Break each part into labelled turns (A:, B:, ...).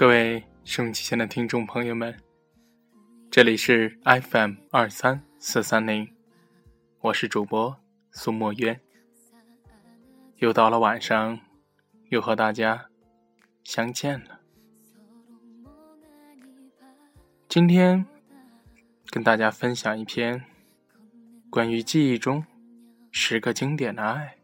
A: 各位收音机前的听众朋友们，这里是 FM23430，我是主播苏墨渊。又到了晚上，又和大家相见了。今天跟大家分享一篇关于记忆中10个经典的爱。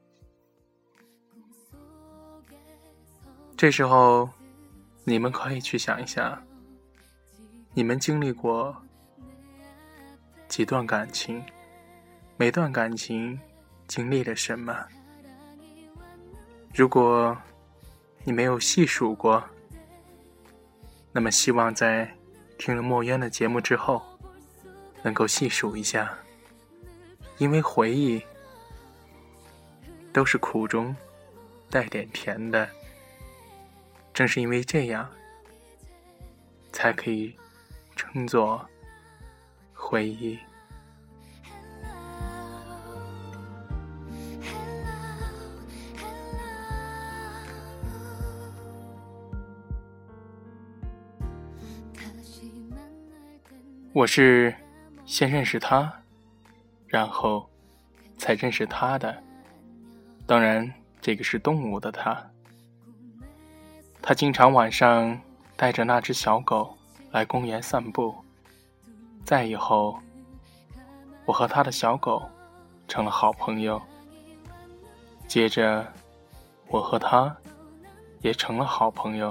A: 这时候你们可以去想一想，你们经历过几段感情，每段感情经历了什么。如果你没有细数过，那么希望在听了墨渊的节目之后能够细数一下，因为回忆都是苦中带点甜的，正是因为这样才可以称作回忆。我是先认识他，然后才认识他的，当然这个是动物的他。他经常晚上带着那只小狗来公园散步，再以后我和他的小狗成了好朋友，接着我和他也成了好朋友。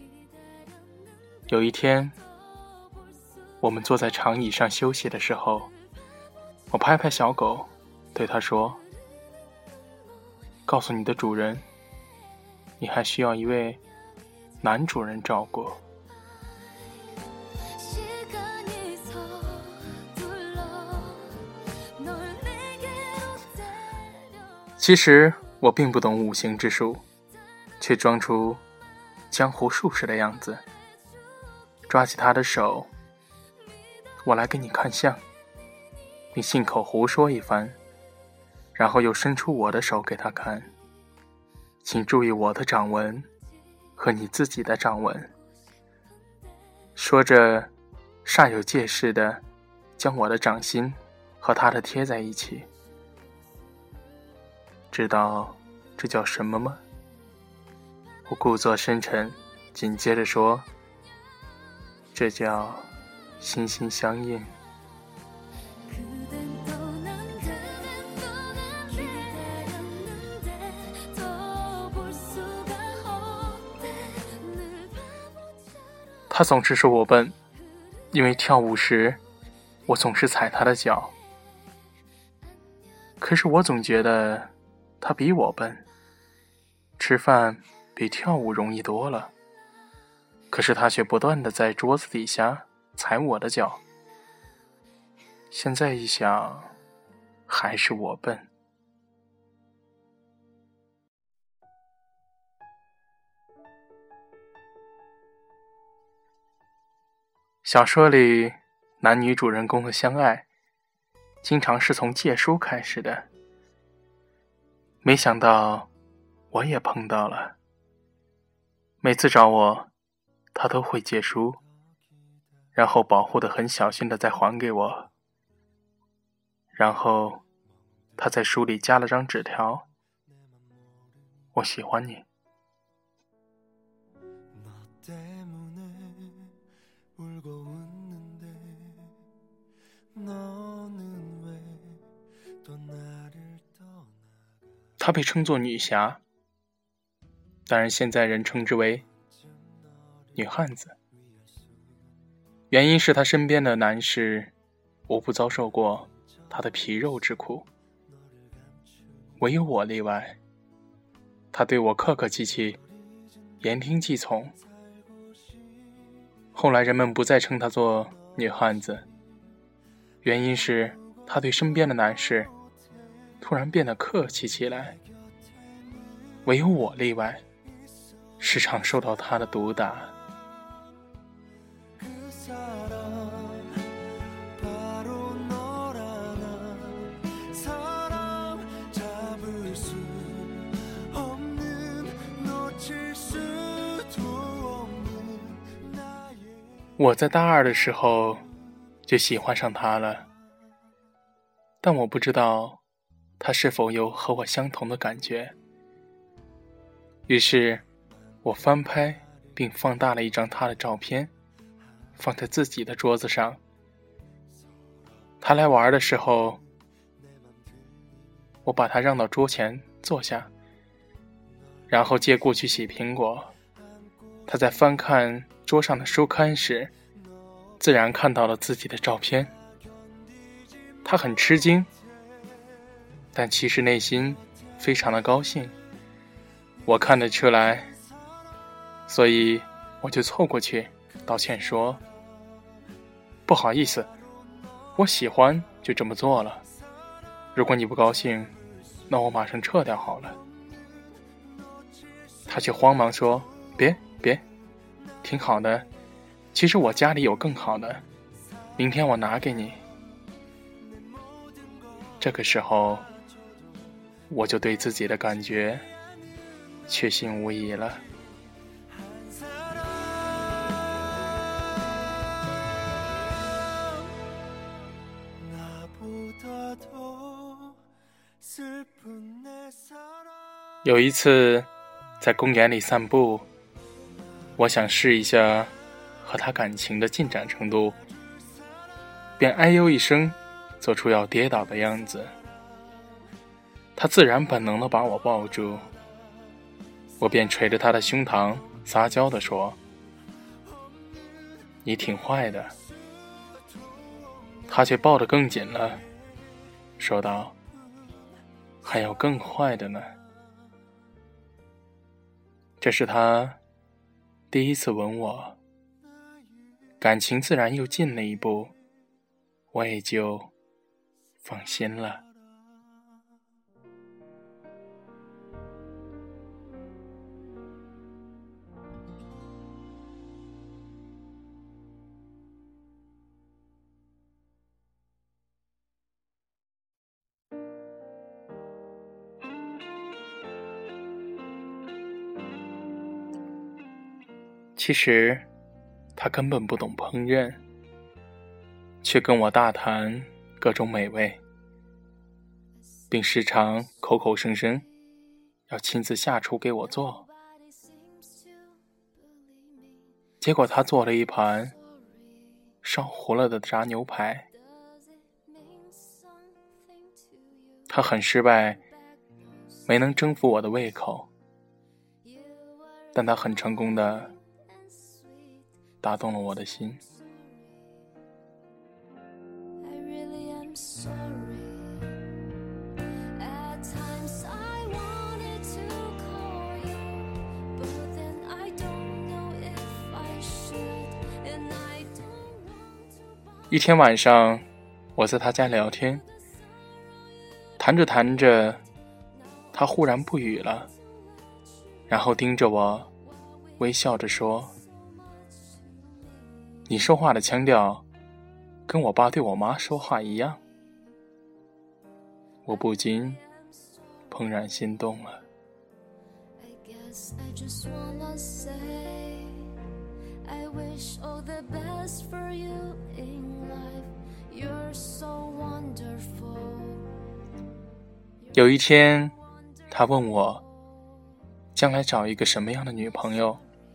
A: 有一天我们坐在长椅上休息的时候，我拍拍小狗，对他说，告诉你的主人，你还需要一位男主人照顾。其实我并不懂五行之术，却装出江湖术士的样子，抓起他的手，我来给你看相，并信口胡说一番，然后又伸出我的手给他看，请注意我的掌纹和你自己的掌纹。说着煞有介事地将我的掌心和他的贴在一起。知道这叫什么吗？我故作深沉，紧接着说，这叫心心相印。他总是说我笨，因为跳舞时我总是踩他的脚。可是我总觉得他比我笨，吃饭比跳舞容易多了，可是他却不断地在桌子底下踩我的脚。现在一想，还是我笨。小说里男女主人公的相爱经常是从借书开始的，没想到我也碰到了。每次找我，他都会借书，然后保护得很小心地再还给我，然后他在书里加了张纸条，我喜欢你。她被称作女侠，当然现在人称之为女汉子。原因是她身边的男士无不遭受过她的皮肉之苦，唯有我例外。她对我客客气气，言听计从。后来人们不再称她做女汉子，原因是她对身边的男士突然变得客气起来，唯有我例外，时常受到她的毒打。 我在大二的时候就喜欢上他了，但我不知道他是否有和我相同的感觉。于是我翻拍并放大了一张他的照片，放在自己的桌子上。他来玩的时候，我把他让到桌前坐下，然后接过去洗苹果。他在翻看桌上的书刊时，自然看到了自己的照片。他很吃惊，但其实内心非常的高兴，我看得出来，所以我就凑过去道歉说，不好意思，我喜欢就这么做了，如果你不高兴，那我马上撤掉好了。他却慌忙说，别，挺好的，其实我家里有更好的，明天我拿给你。这个时候我就对自己的感觉确信无疑了。有一次在公园里散步，我想试一下和他感情的进展程度，便哎呦一声，做出要跌倒的样子。他自然本能地把我抱住，我便捶着他的胸膛撒娇地说，你挺坏的。他却抱得更紧了，说道，还有更坏的呢。这是他第一次吻我，感情自然又进了一步，我也就放心了。其实他根本不懂烹饪，却跟我大谈各种美味，并时常口口声声要亲自下厨给我做。结果他做了一盘烧糊了的炸牛排，他很失败，没能征服我的胃口，但他很成功地打动了我的心。一天晚上，我在他家聊天，谈着谈着，他忽然不语了，然后盯着我，微笑着说，你说话的腔调跟我爸对我妈说话一样。我不禁怦然心动了。有一天，他问我将来找一个什么样的女朋友。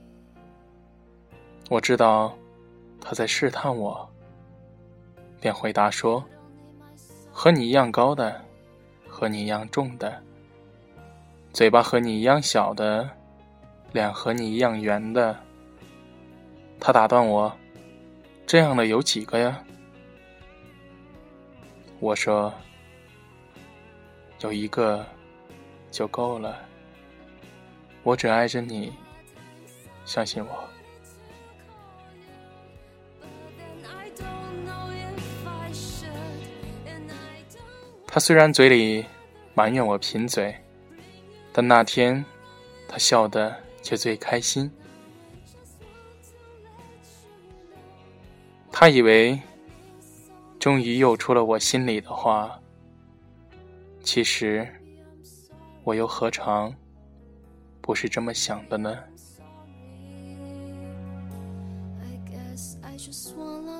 A: 我知道他在试探我，便回答说，和你一样高的，和你一样重的，嘴巴和你一样小的，脸和你一样圆的。他打断我，这样的有几个呀？我说，有一个就够了，我只爱着你，相信我。他虽然嘴里埋怨我贫嘴，但那天他笑得却最开心。他以为终于又出了我心里的话，其实我又何尝不是这么想的呢？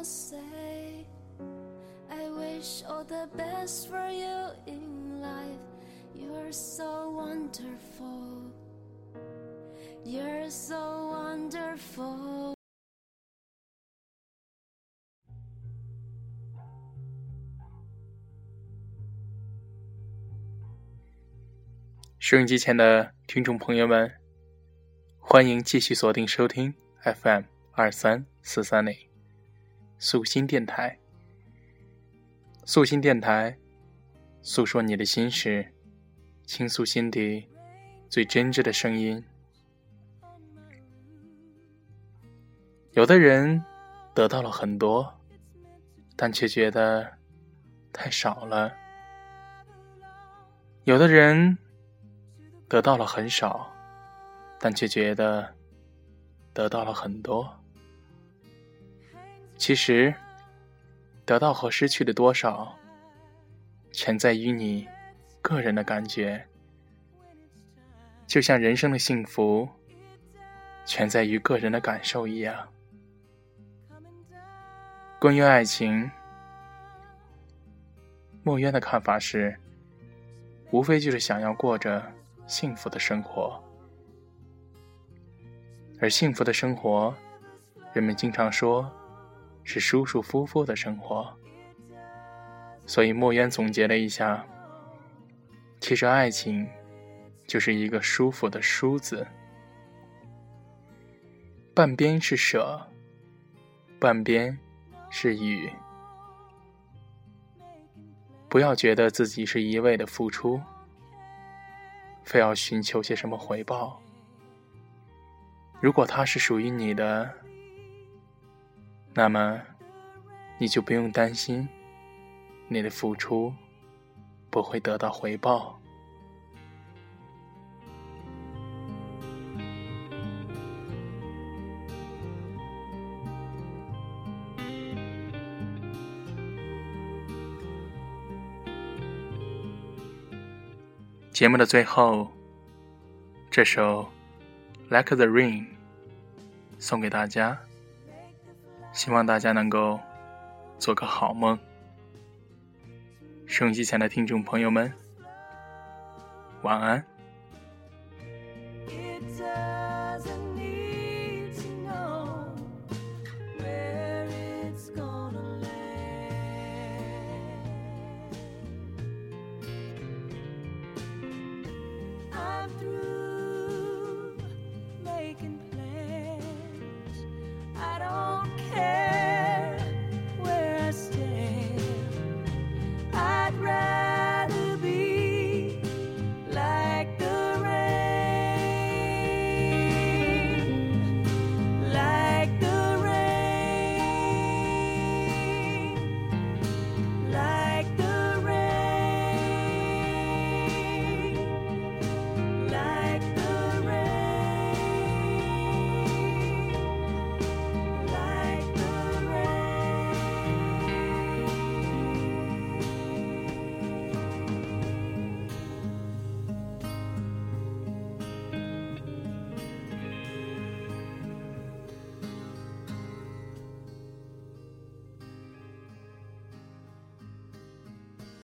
B: say I wish all the best for you in life. You're so wonderful. You're so wonderful.
A: 收音机前的听众朋友们，欢迎继续锁定收听 FM23430素心电台。素心电台，诉说你的心事，倾诉心底最真挚的声音。有的人得到了很多，但却觉得太少了；有的人得到了很少，但却觉得得到了很多。其实得到和失去的多少全在于你个人的感觉，就像人生的幸福全在于个人的感受一样。关于爱情，墨渊的看法是，无非就是想要过着幸福的生活，而幸福的生活，人们经常说是舒舒服服的生活。所以墨渊总结了一下，其实爱情就是一个舒服的舒字，半边是舍，半边是予。不要觉得自己是一味的付出，非要寻求些什么回报。如果它是属于你的，那么你就不用担心你的付出不会得到回报。节目的最后，这首 Like the Rain 送给大家，希望大家能够做个好梦。收音机前的听众朋友们，晚安。